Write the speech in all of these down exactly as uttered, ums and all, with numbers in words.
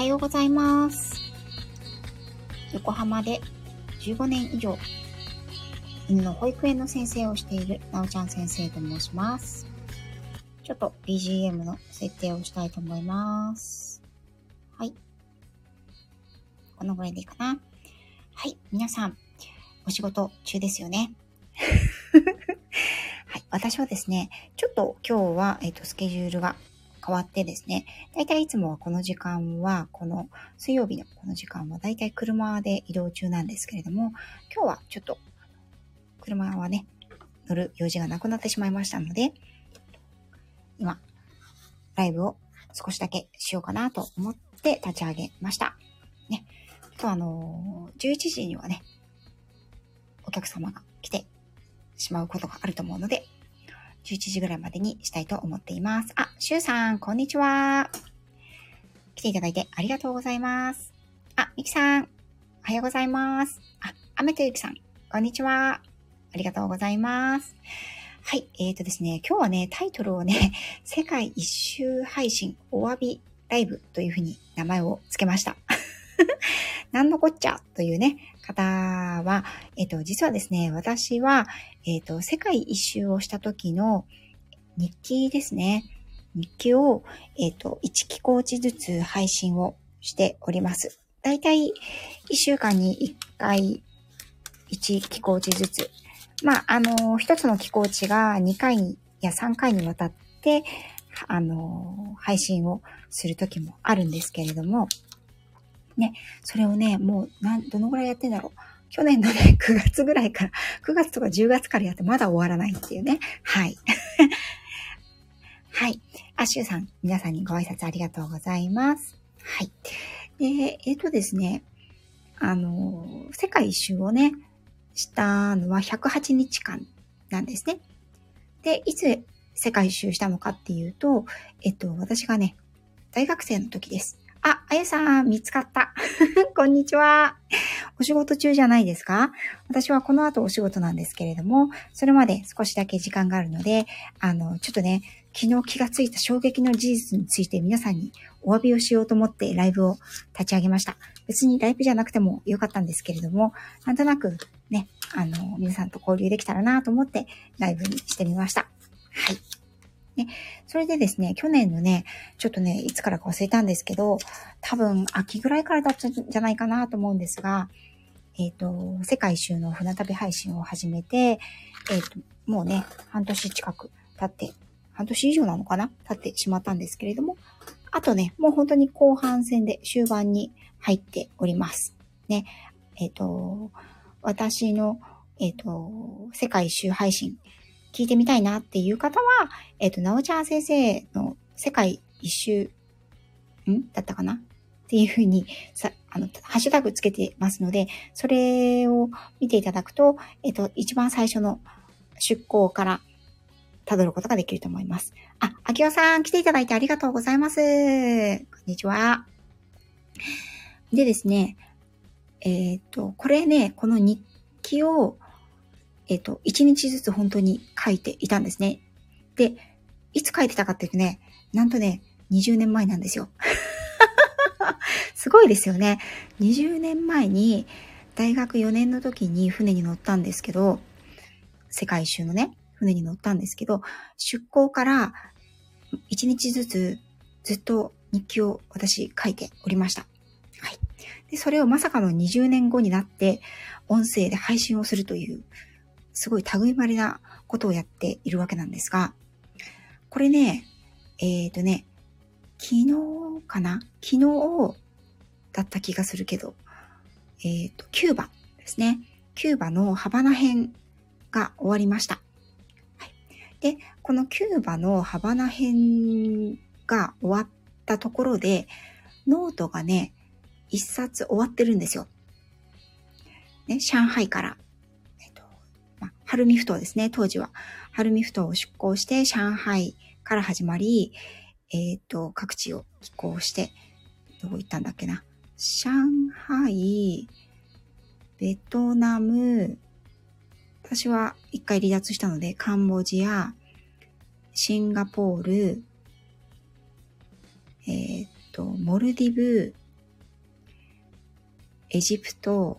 はようございます。横浜でじゅうごねん以上犬の保育園の先生をしているなおちゃん先生と申します。ちょっと ビージーエム の設定をしたいと思います。はい。このぐらいでいいかな。はい。皆さん、お仕事中ですよね。はい。私はですね、ちょっと今日は、えっと、スケジュールが変わってですね、だいたいいつもはこの時間は、この水曜日のこの時間はだいたい車で移動中なんですけれども、今日はちょっと車はね、乗る用事がなくなってしまいましたので、今、ライブを少しだけしようかなと思って立ち上げました。ね。とあのー、じゅういちじにはね、お客様が来てしまうことがあると思うので、じゅういちじぐらいまでにしたいと思っています。あ、しゅうさん、こんにちは。来ていただいてありがとうございます。あ、みきさん、おはようございます。あ、あめとゆきさん、こんにちは。ありがとうございます。はい、えーとですね、今日はね、タイトルをね、世界一周配信お詫びライブというふうに名前をつけました。なんのこっちゃというね、方は、えっと、実はですね、私は、えっと、世界一周をした時の日記ですね。日記を、えっと、いち寄港地ずつ配信をしております。だいたいいっしゅうかんにいっかいいち寄港地ずつ。まあ、あの、一つの寄港地がにかいやさんかいにわたって、あの、配信をする時もあるんですけれども、ね、それをね、もう、なん、どのぐらいやってんだろう。去年のね、くがつぐらいから、くがつとかじゅうがつからやってまだ終わらないっていうね。はい。はい。あ、しゅうさん、皆さんにご挨拶ありがとうございます。はい。で、えっとですね、あの、世界一周をね、したのはひゃくはちにちかんなんですね。で、いつ世界一周したのかっていうと、えっと、私がね、大学生の時です。あ、あゆさん、見つかった。こんにちは。お仕事中じゃないですか？私はこの後お仕事なんですけれども、それまで少しだけ時間があるので、あの、ちょっとね、昨日気がついた衝撃の事実について皆さんにお詫びをしようと思ってライブを立ち上げました。別にライブじゃなくてもよかったんですけれども、なんとなくね、あの、皆さんと交流できたらなと思ってライブにしてみました。はい。ね、それでですね、去年のね、ちょっとね、いつからか忘れたんですけど、多分秋ぐらいからだったんじゃないかなと思うんですが、えっと、世界一周の船旅配信を始めて、えっと、もうね、半年近く経って、半年以上なのかな経ってしまったんですけれども、あとね、もう本当に後半戦で終盤に入っております。ね、えっと、私の、えっと、世界一周配信、聞いてみたいなっていう方は、えっと、なおちゃん先生の世界一周、んだったかなっていうふうにさ、あの、ハッシュタグつけてますので、それを見ていただくと、えっと、一番最初の出港から辿ることができると思います。あ、あきおさん来ていただいてありがとうございます。こんにちは。でですね、えっと、これね、この日記を、えっと、一日ずつ本当に書いていたんですね。で、いつ書いてたかっていうとね、なんとね、にじゅうねんまえなんですよ。すごいですよね。にじゅうねんまえに大学よねんの時に船に乗ったんですけど、世界一周のね、船に乗ったんですけど、出港からいちにちずつずっと日記を私書いておりました。はい。で、それをまさかのにじゅうねんごになって音声で配信をするという、すごい類まれなことをやっているわけなんですが、これね、えっとね、昨日かな昨日だった気がするけど、えっと、キューバですね。キューバのハバナ編が終わりました。はい。で、このキューバのハバナ編が終わったところで、ノートがね、一冊終わってるんですよ。ね、上海から、えっと、まあ、ハルミフ島ですね、当時は。ハルミフ島を出港して、上海から始まり、えっと、各地を寄港して、どこ行ったんだっけな。上海、ベトナム、私は一回離脱したので、カンボジア、シンガポール、えっと、モルディブ、 エジプト、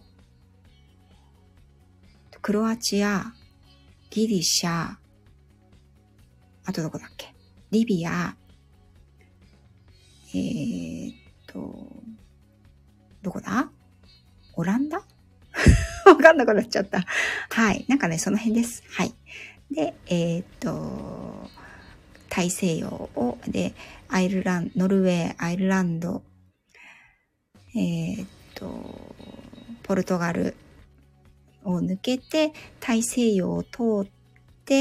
クロアチア、ギリシャ、あとどこだっけ？リビア、えーっと、どこだ？オランダわかんなくなっちゃった。はい。なんかね、その辺です。はい。で、えーっと、大西洋を、で、アイルランド、ノルウェー、アイルランド、えーっと、ポルトガルを抜けて、大西洋を通って、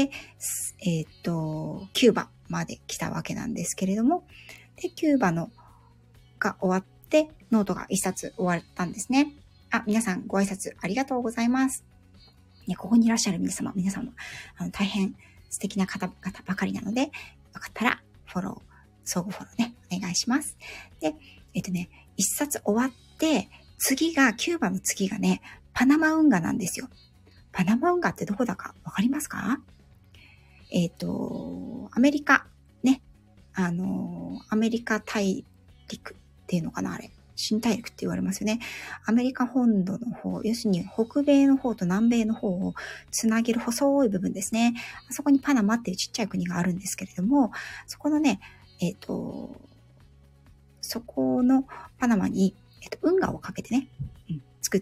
えーっと、キューバまで来たわけなんですけれども、で、キューバのが終わって、ノートが一冊終わったんですね。あ、皆さんご挨拶ありがとうございます。ね、ここにいらっしゃる皆様、皆様、あの大変素敵な方々ばかりなので、よかったらフォロー、相互フォローね、お願いします。で、えっとね、一冊終わって、次が、キューバの次がね、パナマ運河なんですよ。パナマ運河ってどこだかわかりますか？えっと、アメリカ、ね、あの、アメリカ大陸っていうのかな、あれ。新大陸って言われますよね。アメリカ本土の方、要するに北米の方と南米の方をつなげる細い部分ですね。あそこにパナマっていうちっちゃい国があるんですけれども、そこのね、えっと、そこのパナマに、えっと、運河をかけてね、うん、作って、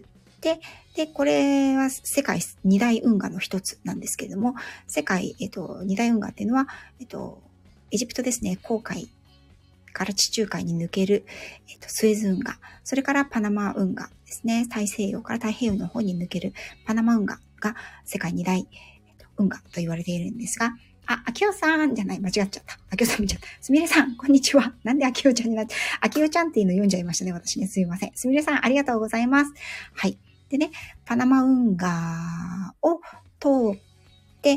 で、これは世界二大運河の一つなんですけれども、世界、えっと、二大運河っていうのは、えっと、エジプトですね、紅海から地中海に抜ける、えっと、スエズ運河、それからパナマ運河ですね、大西洋から太平洋の方に抜けるパナマ運河が世界二大、えっと、運河と言われているんですが、あ、あきおさんじゃない、間違っちゃった。あきおさん見ちゃった。すみれさん、こんにちは。なんであきおちゃんになって、あきおちゃんっていうの読んじゃいましたね、私ね。すみません。すみれさん、ありがとうございます。はい。でね、パナマ運河を通って、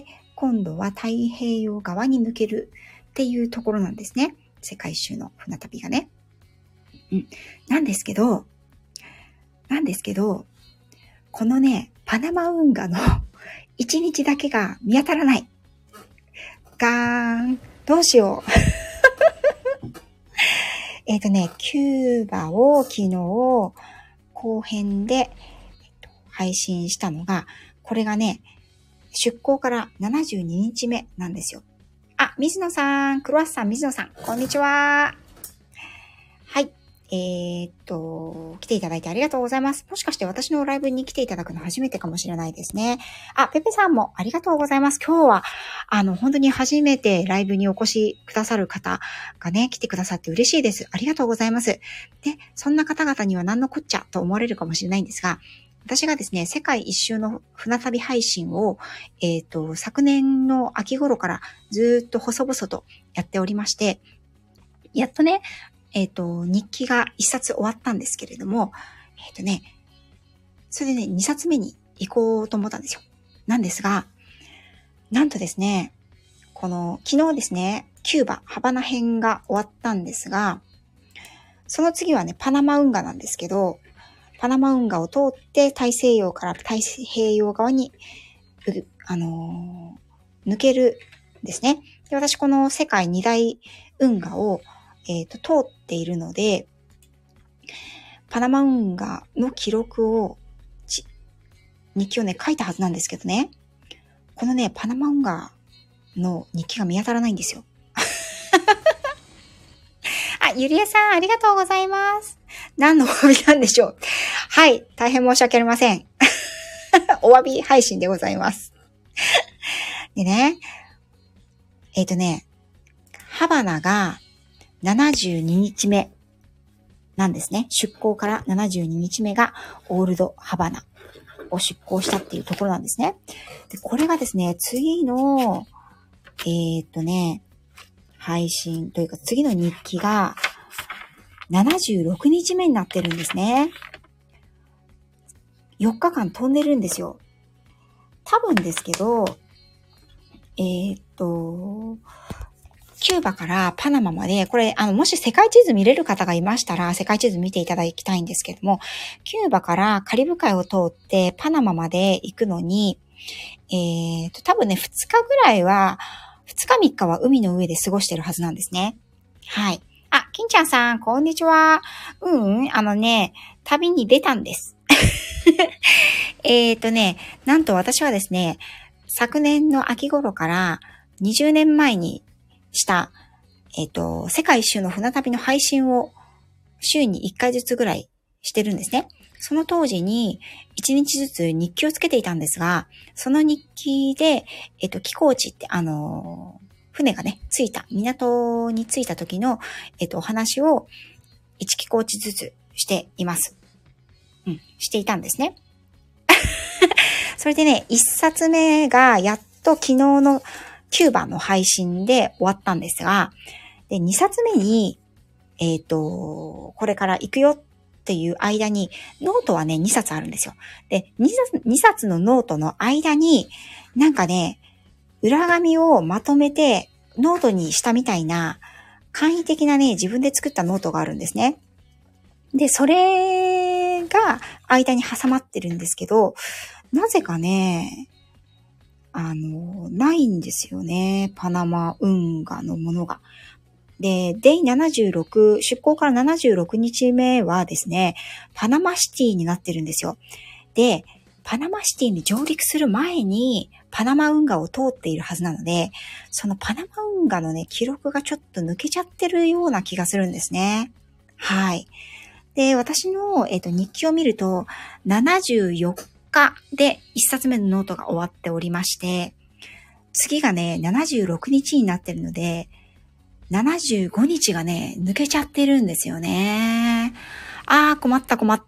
今度は太平洋側に抜けるっていうところなんですね。世界一周の船旅がね。うん。なんですけど、なんですけど、このね、パナマ運河の一日だけが見当たらない。ガーン。どうしよう。えっとね、キューバを昨日後編で配信したのが、これがね、出港からななじゅうににちめなんですよ。あ、水野さん、クロワッサン水野さん、こんにちは。はい。えー、っと、来ていただいてありがとうございます。もしかして私のライブに来ていただくの初めてかもしれないですね。あ、ペペさんもありがとうございます。今日は、あの、本当に初めてライブにお越しくださる方がね、来てくださって嬉しいです。ありがとうございます。で、そんな方々には何のこっちゃと思われるかもしれないんですが、私がですね、世界一周の船旅配信を、えっと、昨年の秋頃からずっと細々とやっておりまして、やっとね、えっと、日記が一冊終わったんですけれども、えっとね、それでね、二冊目に行こうと思ったんですよ。なんですが、なんとですね、この、昨日ですね、キューバ、ハバナ編が終わったんですが、その次はね、パナマ運河なんですけど、パナマ運河を通って大西洋から太平洋側に、あのー、抜けるんですね。で、私この世界二大運河を、えっと、通っているので、パナマ運河の記録を、日記をね、書いたはずなんですけどね、このね、パナマ運河の日記が見当たらないんですよ。あ、ゆりえさん、ありがとうございます。何のお詫びなんでしょう。はい、大変申し訳ありません。お詫び配信でございます。でね、えっとね、ハバナがななじゅうににちめなんですね。出港からななじゅうににちめがオールドハバナを出港したっていうところなんですね。で、これがですね、次の、えー、っとね、配信というか次の日記がななじゅうろくにちめになってるんですね。よっかかん飛んでるんですよ。多分ですけど、えー、っと、キューバからパナマまで、これ、あの、もし世界地図見れる方がいましたら、世界地図見ていただきたいんですけども、キューバからカリブ海を通ってパナマまで行くのに、えーと、多分ね、ふつかぐらいは、ふつかみっかは海の上で過ごしてるはずなんですね。はい。あ、金ちゃんさん、こんにちは。うん、あのね、旅に出たんです。 えっとね、なんと私はですね、昨年の秋頃からにじゅうねんまえにした、えっと、世界一周の船旅の配信を週にいっかいずつぐらいしてるんですね。その当時にいちにちずつ日記をつけていたんですが、その日記で、えっと、寄港地って、あの、船がね、着いた、港に着いた時の、えっと、お話をいち寄港地ずつしています。うん、していたんですね。それでね、いっさつめがやっと昨日のきゅうばんの配信で終わったんですが、で、にさつめに、えっと、これから行くよっていう間に、ノートはね、にさつあるんですよ。で、にさつ、にさつのノートの間に、なんかね、裏紙をまとめてノートにしたみたいな、簡易的なね、自分で作ったノートがあるんですね。で、それが間に挟まってるんですけど、なぜかね、あの、ないんですよね。パナマ運河のものが。で、デイななじゅうろく、出港からななじゅうろくにちめはですね、パナマシティになってるんですよ。で、パナマシティに上陸する前にパナマ運河を通っているはずなので、そのパナマ運河のね、記録がちょっと抜けちゃってるような気がするんですね。はい。で、私の、えっと、日記を見ると、ななじゅうよっかでいっさつめのノートが終わっておりまして、次がね、ななじゅうろくにちになってるので、ななじゅうごにちがね、抜けちゃってるんですよね。あー、困った困った。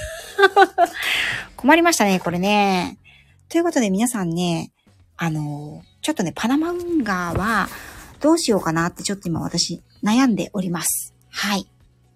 困りましたね、これね。ということで皆さんね、あの、ちょっとね、パナマ運河はどうしようかなってちょっと今私悩んでおります。はい。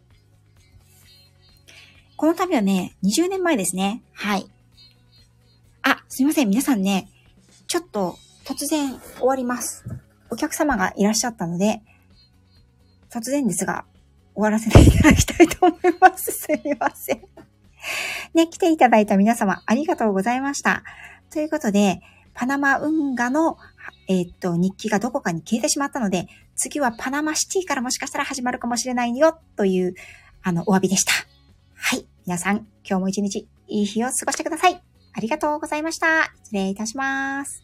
この旅はね、にじゅうねんまえですね。はい。あ、すいません。皆さんね、ちょっと突然終わります。お客様がいらっしゃったので、突然ですが、終わらせていただきたいと思います。すみません。ね、来ていただいた皆様、ありがとうございました。ということで、パナマ運河の、えー、っと、日記がどこかに消えてしまったので、次はパナマシティからもしかしたら始まるかもしれないよ、という、あの、お詫びでした。はい。皆さん、今日も一日、いい日を過ごしてください。ありがとうございました。失礼いたします。